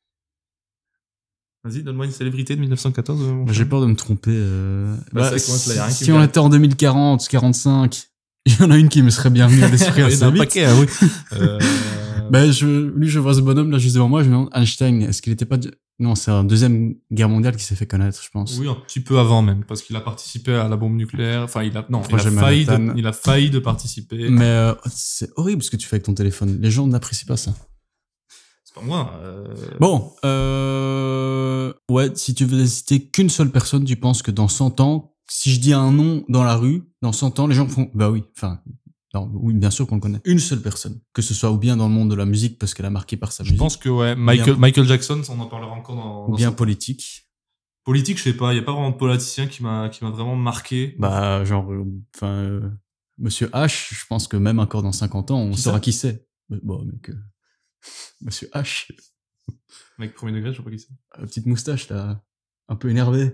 Vas-y, donne-moi une célébrité de mille neuf cent quatorze. euh, mon j'ai cher. peur de me tromper. Euh... Bah, Bah, c'est quoi, si là, y a rien qui si me on vient. était en deux mille quarante, quarante-cinq, il y en a une qui me serait bien venue à l'esprit Il y en a assez un vite. paquet, ah oui. Euh, Bah, je, lui, je vois ce bonhomme là juste devant moi, je me demande, Einstein, est-ce qu'il était pas... Non, c'est la deuxième guerre mondiale qui s'est fait connaître, je pense. Oui, un petit peu avant même, parce qu'il a participé à la bombe nuclaire. Enfin, il a non, il a Projet failli, de, Manhattan. il a failli de participer. Mais euh, c'est horrible ce que tu fais avec ton téléphone. Les gens n'apprécient pas ça. C'est pas moi. Euh... Bon, euh... ouais, si tu veux citer qu'une seule personne, tu penses que dans cent ans, si je dis un nom dans la rue, dans cent ans, les gens font, bah oui, enfin, non, oui, bien sûr qu'on le connaît. Une seule personne. Que ce soit ou bien dans le monde de la musique, parce qu'elle a marqué par sa Je musique, pense que ouais, Michael, bien- Michael Jackson, on en parlera encore dans. ou dans bien ce- politique. Politique, je sais pas. Il y a pas vraiment de politicien qui m'a qui m'a vraiment marqué. Bah, genre, euh, enfin, euh, Monsieur H, je pense que même encore dans cinquante ans, on Qui saura ça qui c'est. Mais bon, mec, euh, Monsieur H, Mec premier degré, je sais pas qui c'est. la petite moustache, là, un peu énervé,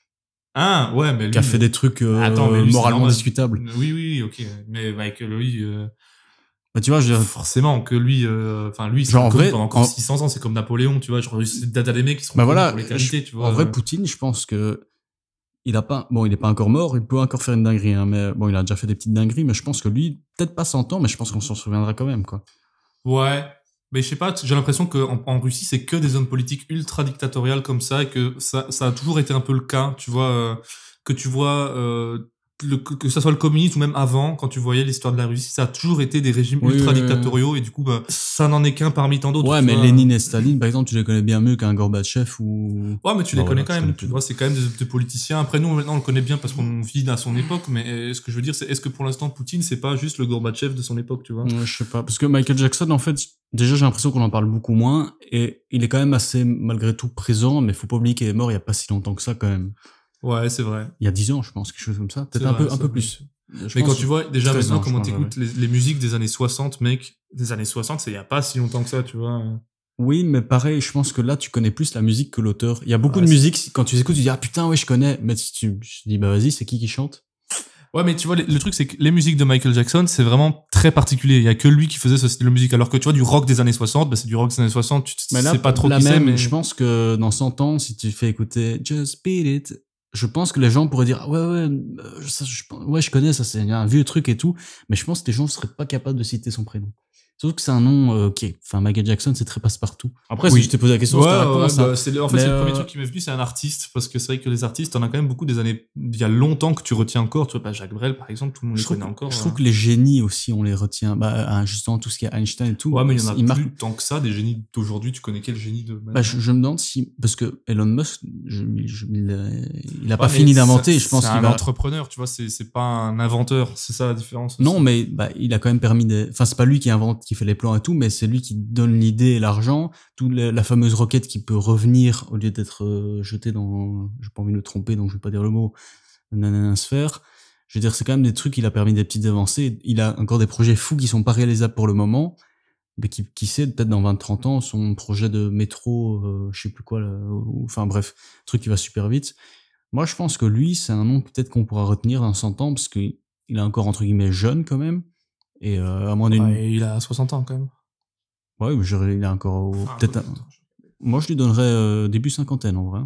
Ah ouais, mais lui. qui a fait des trucs euh, Attends, mais lui, c'est moralement normal. discutables. Oui, oui, ok. Mais Michael, lui. Euh... Bah, tu vois, je veux dire, Forcément que lui, euh, enfin lui, c'est Genre, en comme vrai, pendant encore en- six cents ans, c'est comme Napoléon, tu vois. Genre, c'est data des mecs qui seront bah connus voilà, pour l'éternité, tu vois. en vrai, Poutine, je pense que il a pas, bon, il est pas encore mort, il peut encore faire une dinguerie, hein, mais bon, il a déjà fait des petites dingueries, mais je pense que lui, peut-être pas cent ans, mais je pense qu'on s'en souviendra quand même, quoi. Ouais, mais je sais pas, j'ai l'impression que en, en Russie, c'est que des hommes politiques ultra dictatoriales comme ça, et que ça, ça a toujours été un peu le cas, tu vois, euh, que tu vois, euh, le, que, que ça soit le communisme ou même avant, quand tu voyais l'histoire de la Russie, ça a toujours été des régimes Oui, ultra oui, oui. dictatoriaux, et du coup, bah, ça n'en est qu'un parmi tant d'autres. Ouais, tu mais vois. Lénine et Staline, par exemple, tu les connais bien mieux qu'un Gorbatchev ou... Ouais, mais tu Bah les voilà, connais je quand connais même, plus. tu vois, c'est quand même des, des politiciens. Après, nous, maintenant, on le connaît bien parce qu'on vit à son époque, mais ce que je veux dire, c'est, est-ce que pour l'instant, Poutine, c'est pas juste le Gorbatchev de son époque, tu vois? Ouais, je sais pas, parce que Michael Jackson, en fait, déjà, j'ai l'impression qu'on en parle beaucoup moins, et il est quand même assez, malgré tout, présent, mais faut pas oublier qu'il est mort il y a pas si longtemps que ça, quand même. Ouais, c'est vrai. Il y a dix ans, je pense, quelque chose comme ça. Peut-être C'est un vrai, peu, un c'est peu vrai. plus. Je Mais pense quand tu vois, déjà treize maintenant, ans, je comment pense, t'écoutes les, les musiques des années soixante, mec, des années soixante, c'est il y a pas si longtemps que ça, tu vois. Oui, mais pareil, je pense que là, tu connais plus la musique que l'auteur. Il y a beaucoup Ouais, de c'est- musique, quand tu les écoutes, tu dis, ah putain, ouais, je connais. Mais si tu, je te dis, bah vas-y, c'est qui qui chante? Ouais, mais tu vois, le, le truc, c'est que les musiques de Michael Jackson, c'est vraiment très particulier. Il y a que lui qui faisait ce style de musique. Alors que tu vois, du rock des années soixante, bah, c'est du rock des années soixante, tu Mais là, sais pas trop la qui c'est, même, mais. je pense que dans cent ans, si tu fais écouter Just Beat It, je pense que les gens pourraient dire, ah ouais, ouais, euh, ça, je, ouais, je connais, ça, c'est un vieux truc et tout. Mais je pense que les gens seraient pas capables de citer son prénom. Surtout que c'est un nom euh, qui est, enfin, Michael Jackson, c'est très passe-partout. Après, Oui. si je t'ai posé la question, Ouais, je te ouais, réponds, bah, c'est le- en fait, Mais, c'est le premier euh, truc qui m'est venu, c'est un artiste. Parce que c'est vrai que les artistes, t'en as quand même beaucoup des années, il y a longtemps que tu retiens encore. Tu vois, bah, Jacques Brel, par exemple, tout le monde je les trouve, connaît encore. je hein. trouve que les génies aussi, on les retient. Bah, hein, justement, tout ce qui est Einstein et tout. Ouais, mais il y en a ils marquent. plus tant que ça, des génies d'aujourd'hui. Tu connais quel génie de Bah, je, je me demande si, parce que Elon Musk, je, je- il, a, il a Ouais, pas mais fini c'est- d'inventer. Je pense c'est qu'il un va. entrepreneur, tu vois, c'est, c'est pas un inventeur. C'est ça la différence. Non, aussi. mais bah, il a quand même permis des. Enfin, c'est pas lui qui invente, qui fait les plans et tout, mais c'est lui qui donne l'idée et l'argent. Toute la, la fameuse roquette qui peut revenir au lieu d'être euh, jetée dans. J'ai pas envie de me tromper, donc je vais pas dire le mot. Nanosphère. Je veux dire, c'est quand même des trucs. Il a permis des petites avancées. Il a encore des projets fous qui sont pas réalisables pour le moment. Mais qui, qui sait, peut-être dans vingt trente ans, son projet de métro, euh, je sais plus quoi, là, ou- enfin bref, truc qui va super vite. Moi, je pense que lui, c'est un nom peut-être qu'on pourra retenir dans cent ans, parce qu'il est encore, entre guillemets, jeune quand même. Et euh, à moins d'une... Ouais, il a soixante ans quand même. Ouais, mais je dirais, il est encore... au- Enfin, peut-être... un un- peu plus. Moi, je lui donnerais euh, début cinquantaine, en vrai.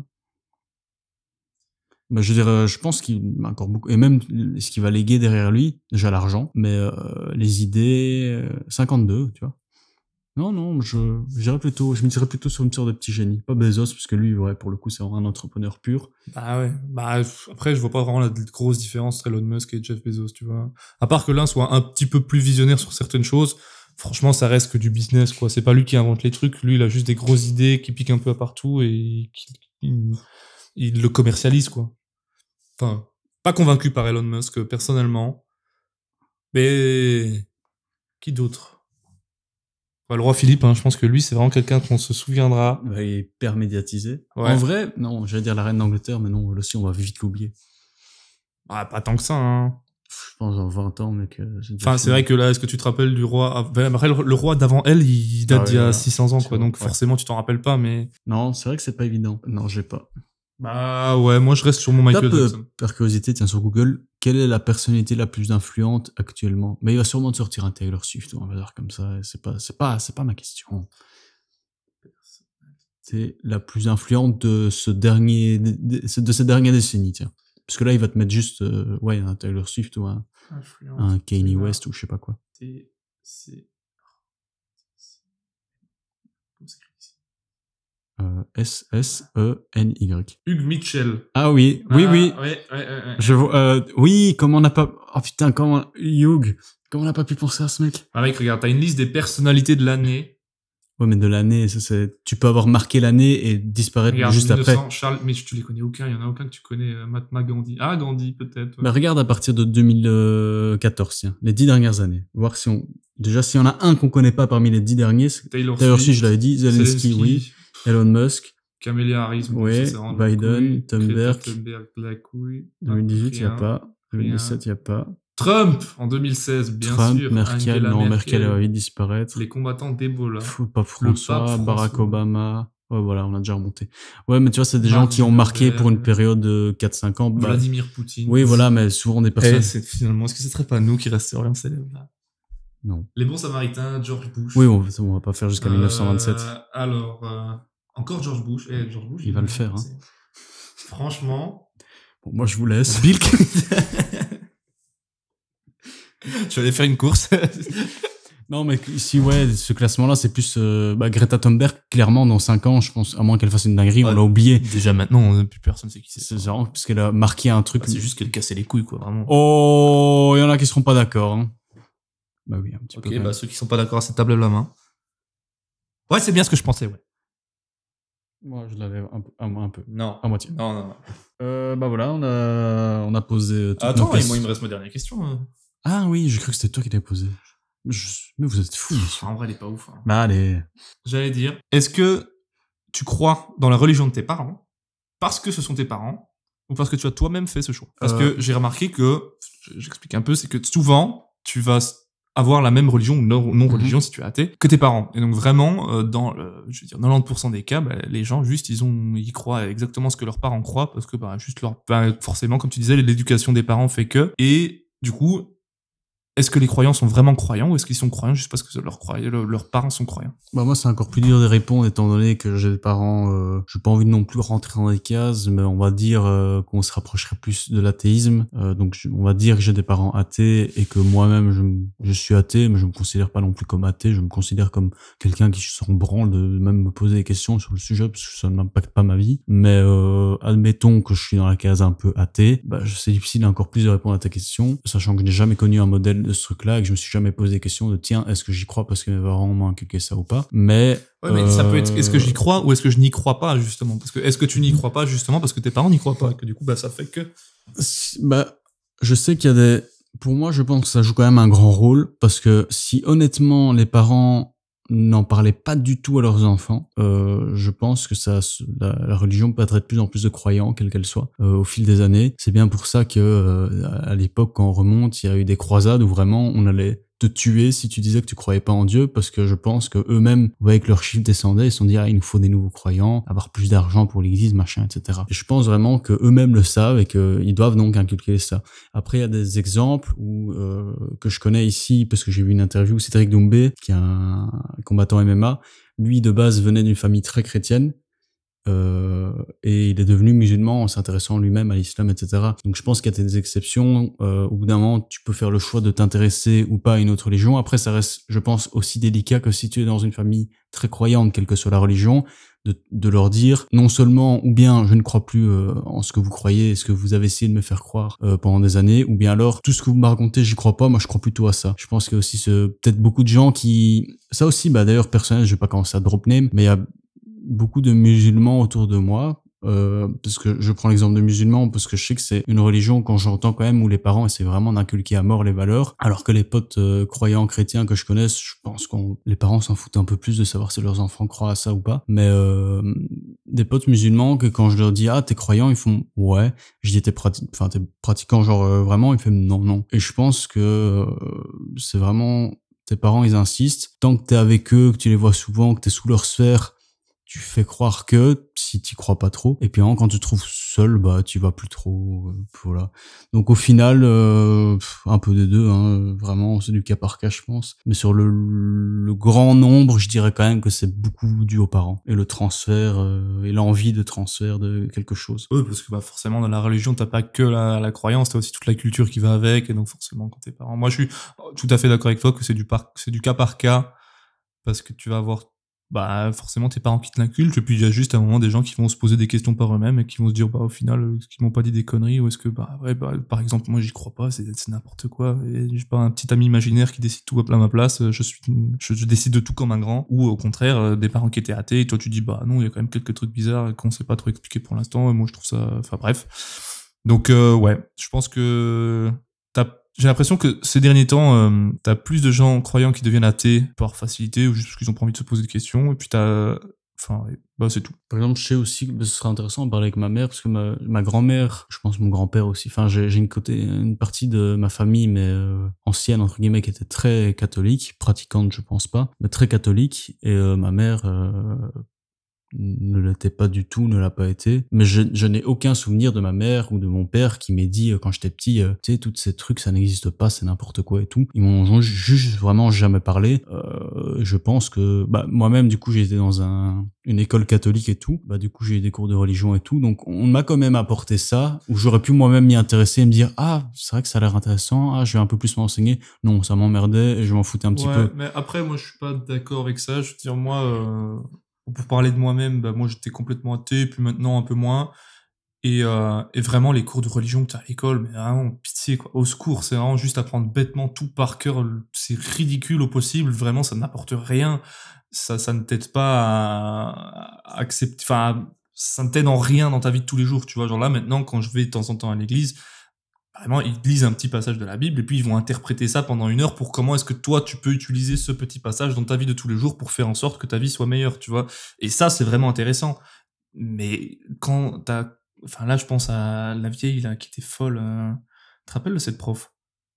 Bah, je dirais, je pense qu'il a encore beaucoup... Et même ce qu'il va léguer derrière lui, déjà l'argent, mais euh, les idées... euh, cinquante-deux, tu vois. Non, non, je, je dirais plutôt, je me dirais plutôt sur une sorte de petit génie. Pas Bezos, parce que lui, ouais, pour le coup, c'est vraiment un entrepreneur pur. Bah ouais. Bah, pff, après, je vois pas vraiment la grosse différence entre Elon Musk et Jeff Bezos, tu vois. À part que l'un soit un petit peu plus visionnaire sur certaines choses, franchement, ça reste que du business, quoi. C'est pas lui qui invente les trucs. Lui, il a juste des grosses idées qui piquent un peu à partout et qui, il, il le commercialise, quoi. Enfin, pas convaincu par Elon Musk, personnellement. Mais, qui d'autre? Ouais, le roi Philippe, hein, je pense que lui, c'est vraiment quelqu'un qu'on se souviendra. Ouais, il est hyper médiatisé. Ouais. En vrai, non, j'allais dire la reine d'Angleterre, mais non, là aussi, on va vite l'oublier. Ah, pas tant que ça, hein. Je pense en vingt ans, mec. euh, c'est déjà Enfin, c'est fini. vrai que là, est-ce que tu te rappelles du roi av- ben, après, le, le roi d'avant elle, il date Ah ouais, d'il y a voilà. six cents ans, C'est quoi. vrai, Donc ouais. forcément, tu t'en rappelles pas, mais Non, c'est vrai que c'est pas évident. Non, j'ai pas. Bah ouais, moi je reste sur mon Michael Tape, euh, Jackson. par curiosité, tiens, sur Google, quelle est la personnalité la plus influente actuellement? Mais il va sûrement te sortir un Taylor Swift ou un bazar comme ça. et C'est pas, c'est pas, c'est pas ma question. C'est la plus influente de ce dernier, de, de cette dernière décennie, tiens. Parce que là, il va te mettre juste, euh, ouais, un Taylor Swift ou un, Influente, un Kanye c'est là. West ou je sais pas quoi. T, C. Comment c'est écrit ici? Euh, S S E N Y. Hugh Mitchell. Ah oui, oui, Ah, oui. Ouais, ouais, ouais, ouais. Je vois, euh, oui, comment on n'a pas, oh putain, comment, Hugh, comment on n'a pas pu penser à ce mec? Ah mec, regarde, t'as une liste des personnalités de l'année. Ouais, mais de l'année, ça, c'est, tu peux avoir marqué l'année et disparaître Regarde, juste mille neuf cents, après. Charles, mais tu les connais aucun, il y en a aucun que tu connais, euh, Mahatma Gandhi. Ah, Gandhi, peut-être. ouais. Bah, regarde à partir de deux mille quatorze, tiens, les dix dernières années. Voir si on, déjà, s'il y en a un qu'on connaît pas parmi les dix derniers, c'est Taylor Taylor Swift, Swift, je l'avais dit, Zelensky, Zelensky, oui, Elon Musk, Camélia Harris, bon, Ouais, ça, c'est vraiment Biden, couille. Thunberg. Greta Thunberg, la couille. deux mille dix-huit, il y a Rien. pas, deux mille dix-sept, il y a pas. Trump, en deux mille seize, bien Trump, sûr. Merkel, Angela non, Merkel, elle va vite disparaître. Les combattants d'Ebola. Fou, pas Le François, pape Barack François. Obama. Ouais, voilà, on a déjà remonté. Ouais, mais tu vois, c'est des Mark gens qui ont marqué Zuckerberg. pour une période de quatre cinq ans. Bah, Vladimir Poutine. oui, voilà, mais souvent des Eh, personnes. c'est finalement, est-ce que ce serait pas nous qui resterions célèbres là? Non. Les bons samaritains, George Bush. Oui, on, on va pas faire jusqu'à Euh, mille neuf cent vingt-sept. Alors, euh, encore George Bush. Eh, George Bush. Il va le faire, hein. Franchement. Bon, moi, je vous laisse. Bill Clinton. Tu vas aller faire une course. Non, mais ici, ouais, ce classement-là, c'est plus euh, bah, Greta Thunberg. Clairement, dans cinq ans, je pense, à moins qu'elle fasse une dinguerie, Ouais. on l'a oublié. Déjà maintenant, plus personne sait qui C'est vraiment parce qu'elle a marqué un truc. Bah, c'est juste qu'elle cassait les couilles, quoi, vraiment. Oh, il y en a qui seront pas d'accord. Hein. Bah oui, un petit Ok, peu. quand bah même. ceux qui sont pas d'accord à cette table, la main. Ouais, c'est bien ce que je pensais, ouais. Moi, je l'avais un, peu- un, un peu. Non. À moitié. Non, non, non. Euh, bah voilà, on a, on a posé euh, toutes nos Attends, et questions. moi, il me reste ma dernière question. hein. Ah oui, j'ai cru que c'était toi qui l'avais posé. Je- Mais vous êtes fous, monsieur. En vrai, elle est pas ouf. hein. Bah allez. J'allais dire, est-ce que tu crois dans la religion de tes parents parce que ce sont tes parents ou parce que tu as toi-même fait ce choix? Parce Euh. que j'ai remarqué que, j'explique un peu, c'est que souvent, tu vas avoir la même religion ou non- non-religion Mhm. si tu es athée que tes parents. Et donc vraiment, euh, dans le, je veux dire, quatre-vingt-dix pour cent des cas, bah, les gens juste, ils ont, ils croient exactement ce que leurs parents croient parce que, bah, juste leur, bah, forcément, comme tu disais, l'éducation des parents fait que. Et du coup, est-ce que les croyants sont vraiment croyants ou est-ce qu'ils sont croyants juste parce que leurs, croy- le- leurs parents sont croyants? Bah moi, c'est encore plus dur de répondre étant donné que j'ai des parents. Euh, j'ai pas envie de non plus rentrer dans des cases, mais on va dire euh, qu'on se rapprocherait plus de l'athéisme. Euh, donc, je- on va dire que j'ai des parents athées et que moi-même, je, m- je suis athée, mais je me considère pas non plus comme athée. Je me considère comme quelqu'un qui s'en branle de même me poser des questions sur le sujet parce que ça ne m'impacte pas ma vie. Mais euh, admettons que je suis dans la case un peu athée, bah, je- c'est difficile encore plus de répondre à ta question, sachant que je n'ai jamais connu un modèle de ce truc-là et que je me suis jamais posé des questions de tiens, est-ce que j'y crois parce que mes parents m'ont inculqué ça ou pas. Mais Ouais, mais ça peut être, est-ce que j'y euh, crois ou est-ce que je n'y crois pas, justement? Parce que, est-ce que tu n'y crois pas, justement, parce que tes parents n'y croient pas? Et que du coup, bah, ça fait que. Si- Bah, je sais qu'il y a des. Pour moi, je pense que ça joue quand même un grand rôle parce que si honnêtement les parents n'en parlaient pas du tout à leurs enfants, euh, je pense que ça, la, la religion peut être de plus en plus de croyants, quelle qu'elle soit, euh, au fil des années. C'est bien pour ça que euh, à l'époque, quand on remonte, il y a eu des croisades où vraiment on allait te tuer si tu disais que tu croyais pas en Dieu, parce que je pense que eux-mêmes, voyaient que leurs chiffres descendaient, ils se sont dit ah il nous faut des nouveaux croyants, avoir plus d'argent pour l'église, machin, et cetera. Et je pense vraiment que eux-mêmes le savent et qu'ils doivent donc inculquer ça. Après il y a des exemples où euh, que je connais ici parce que j'ai vu une interview, Cédric Doumbé, qui est un combattant M M A. Lui de base venait d'une famille très chrétienne. Euh, et il est devenu musulman en s'intéressant lui-même à l'islam, et cetera. Donc je pense qu'il y a des exceptions. Euh, au bout d'un moment, tu peux faire le choix de t'intéresser ou pas à une autre religion. Après, ça reste, je pense, aussi délicat que si tu es dans une famille très croyante, quelle que soit la religion, de, de leur dire non seulement ou bien je ne crois plus euh, en ce que vous croyez, ce que vous avez essayé de me faire croire euh, pendant des années, ou bien alors tout ce que vous me racontez, j'y crois pas, moi je crois plutôt à ça. Je pense qu'il y a aussi ce, peut-être beaucoup de gens qui, ça aussi, bah d'ailleurs personnel, je vais pas commencer à drop name, mais il y a beaucoup de musulmans autour de moi, euh, parce que je prends l'exemple de musulmans parce que je sais que c'est une religion quand j'entends quand même où les parents essaient vraiment d'inculquer à mort les valeurs, alors que les potes euh, croyants chrétiens que je connaisse, je pense que les parents s'en foutent un peu plus de savoir si leurs enfants croient à ça ou pas. Mais euh, des potes musulmans que quand je leur dis ah t'es croyant, ils font ouais, je dis t'es prati- enfin t'es pratiquant genre euh, vraiment, ils font non non. Et je pense que euh, c'est vraiment tes parents ils insistent, tant que t'es avec eux, que tu les vois souvent, que t'es sous leur sphère, tu fais croire que si t'y crois pas trop. Et puis hein, quand tu te trouves seul, bah tu vas plus trop. Euh, voilà. Donc au final, euh, un peu des deux. Hein, vraiment, c'est du cas par cas, je pense. Mais sur le, le grand nombre, je dirais quand même que c'est beaucoup dû aux parents et le transfert euh, et l'envie de transfert de quelque chose. Oui, parce que bah forcément dans la religion t'as pas que la, la croyance, t'as aussi toute la culture qui va avec, et donc forcément quand tes parents. Moi je suis tout à fait d'accord avec toi que c'est du par, c'est du cas par cas, parce que tu vas avoir bah forcément tes parents qui te l'inculquent, et puis il y a juste à un moment des gens qui vont se poser des questions par eux-mêmes et qui vont se dire bah au final est-ce qu'ils m'ont pas dit des conneries, ou est-ce que bah ouais bah par exemple moi j'y crois pas, c'est c'est n'importe quoi, et j'ai pas un petit ami imaginaire qui décide tout à ma place, je suis je, je décide de tout comme un grand, ou au contraire des parents qui étaient athées et toi tu dis bah non il y a quand même quelques trucs bizarres qu'on sait pas trop expliquer pour l'instant, et moi je trouve ça enfin bref. Donc euh, ouais, je pense que t'as j'ai l'impression que ces derniers temps, euh, t'as plus de gens croyants qui deviennent athées par facilité ou juste parce qu'ils ont pas envie de se poser de questions. Et puis t'as, enfin, ouais, bah c'est tout. Par exemple, je sais aussi que ce serait intéressant de parler avec ma mère, parce que ma, ma grand-mère, je pense mon grand-père aussi. Enfin, j'ai, j'ai une côté, une partie de ma famille, mais euh, ancienne entre guillemets, qui était très catholique, pratiquante, je pense pas, mais très catholique. Et euh, ma mère. Euh, ne l'était pas du tout, ne l'a pas été. Mais je, je n'ai aucun souvenir de ma mère ou de mon père qui m'ait dit, euh, quand j'étais petit, euh, tu sais, tous ces trucs, ça n'existe pas, c'est n'importe quoi et tout. Ils m'ont juste vraiment jamais parlé. Euh, je pense que, bah, moi-même, du coup, j'ai été dans un, une école catholique et tout. Bah, du coup, j'ai eu des cours de religion et tout. Donc, on m'a quand même apporté ça, où j'aurais pu moi-même m'y intéresser et me dire, ah, c'est vrai que ça a l'air intéressant, ah, je vais un peu plus m'enseigner. Non, ça m'emmerdait et je m'en foutais un petit ouais, peu. Mais après, moi, je suis pas d'accord avec ça. Je veux dire, moi, euh, pour parler de moi-même, bah, moi, j'étais complètement athée, puis maintenant, un peu moins. Et, euh, et vraiment, les cours de religion que t'as à l'école, mais vraiment, pitié, quoi. Au secours, c'est vraiment juste apprendre bêtement tout par cœur. C'est ridicule au possible. Vraiment, ça n'apporte rien. Ça, ça ne t'aide pas à, à accepter, enfin, ça ne t'aide en rien dans ta vie de tous les jours, tu vois. Genre là, maintenant, quand je vais de temps en temps à l'église, vraiment, ils lisent un petit passage de la Bible et puis ils vont interpréter ça pendant une heure pour comment est-ce que toi, tu peux utiliser ce petit passage dans ta vie de tous les jours pour faire en sorte que ta vie soit meilleure, tu vois. Et ça, c'est vraiment intéressant. Mais quand t'as... Enfin, là, je pense à la vieille, là, qui était folle. Euh... Tu te rappelles de cette prof?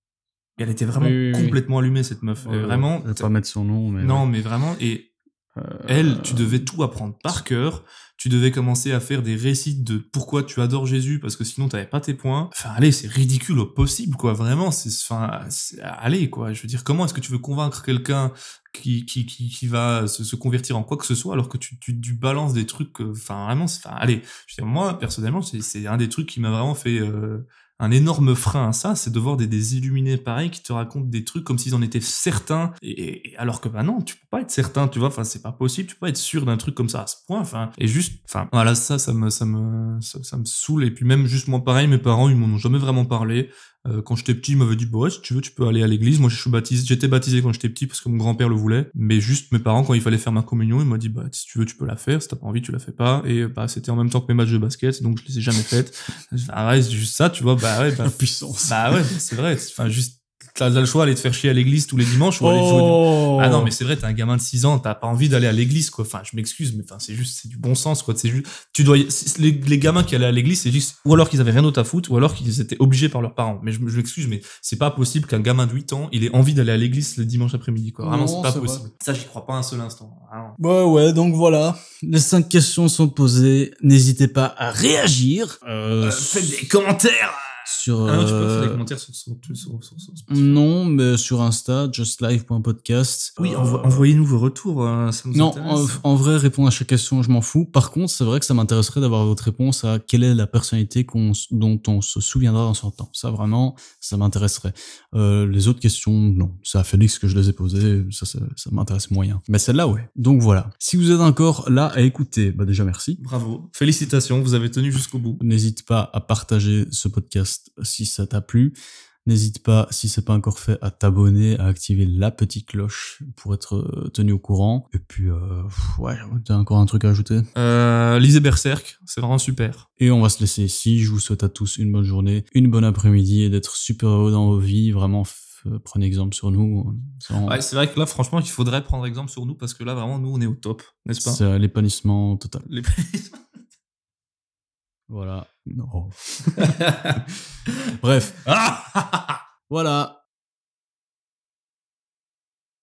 Et elle était vraiment oui, oui, complètement allumée, cette meuf. oui. Et vraiment... Je vais pas mettre son nom, mais... Non, ouais. mais vraiment... Et Euh... elle, tu devais tout apprendre par cœur. Tu devais commencer à faire des récits de pourquoi tu adores Jésus, parce que sinon t'avais pas tes points. Enfin, allez, c'est ridicule au possible, quoi. Vraiment, c'est, enfin, c'est, allez, quoi. Je veux dire, comment est-ce que tu veux convaincre quelqu'un qui, qui, qui, qui va se, se convertir en quoi que ce soit, alors que tu, tu, tu balances des trucs, enfin, vraiment, c'est, enfin, allez. Je veux dire, moi, personnellement, c'est, c'est un des trucs qui m'a vraiment fait, euh, un énorme frein à ça, c'est de voir des, des illuminés pareils qui te racontent des trucs comme s'ils en étaient certains, et, et alors que bah non, tu peux pas être certain, tu vois, enfin c'est pas possible, tu peux pas être sûr d'un truc comme ça à ce point, enfin, et juste, enfin, voilà, ça, ça me, ça me, ça, ça me saoule, et puis même juste moi pareil, mes parents, ils m'en ont jamais vraiment parlé. Euh, quand j'étais petit, ils m'avaient dit, bah ouais, si tu veux, tu peux aller à l'église. Moi, je suis baptisé, j'étais baptisé quand j'étais petit parce que mon grand-père le voulait. Mais juste, mes parents, quand il fallait faire ma communion, ils m'ont dit, bah, si tu veux, tu peux la faire. Si t'as pas envie, tu la fais pas. Et, bah, c'était en même temps que mes matchs de basket, donc je les ai jamais faites. Ah ouais, c'est juste ça, tu vois, bah ouais, bah. La puissance. Bah ouais, c'est vrai. Enfin, juste, t'as le choix d'aller te faire chier à l'église tous les dimanches ou aller jouer Oh du... Ah non, mais c'est vrai, t'es un gamin de six ans, t'as pas envie d'aller à l'église, quoi. Enfin, je m'excuse, mais enfin, c'est juste, c'est du bon sens, quoi. C'est juste, tu dois, les, les gamins qui allaient à l'église, c'est juste, ou alors qu'ils avaient rien d'autre à foutre, ou alors qu'ils étaient obligés par leurs parents. Mais je, je m'excuse, mais c'est pas possible qu'un gamin de huit ans, il ait envie d'aller à l'église le dimanche après-midi, quoi. Vraiment, Non, c'est pas c'est possible. vrai. Ça, j'y crois pas un seul instant. Vraiment. Bah ouais, donc voilà. Les cinq questions sont posées. N'hésitez pas à réagir. Euh, Euh, faites des commentaires! sur. Ah non, tu peux euh, faire des commentaires sur, sur, sur, sur, sur, sur Spotify. Non, mais sur Insta, justlive point podcast. Oui, Euh, envo- envoyez-nous vos retours, euh, ça nous Non, intéresse. en, en vrai, répondre à chaque question, je m'en fous. Par contre, c'est vrai que ça m'intéresserait d'avoir votre réponse à quelle est la personnalité qu'on, s- dont on se souviendra dans son temps. Ça, vraiment, ça m'intéresserait. Euh, les autres questions, non. C'est à Félix que je les ai posées. Ça, ça, ça m'intéresse moyen. Mais celle-là, ouais. Donc voilà. Si vous êtes encore là à écouter, bah déjà merci. Bravo. Félicitations, vous avez tenu jusqu'au bout. N'hésite pas à partager ce podcast si ça t'a plu. N'hésite pas, si c'est pas encore fait, à t'abonner, à activer la petite cloche pour être euh, tenu au courant. Et puis, euh, ouais, t'as encore un truc à ajouter? Euh, lisez Berserk, c'est vraiment super. Et on va se laisser ici. Je vous souhaite à tous une bonne journée, une bonne après-midi et d'être super heureux dans vos vies. Vraiment, f- prenez exemple sur nous. C'est vraiment- Ouais, c'est vrai que là, franchement, il faudrait prendre exemple sur nous parce que là, vraiment, nous, on est au top, n'est-ce pas? c'est l'épanouissement total. Les... Voilà. Non. Bref. Ah Voilà.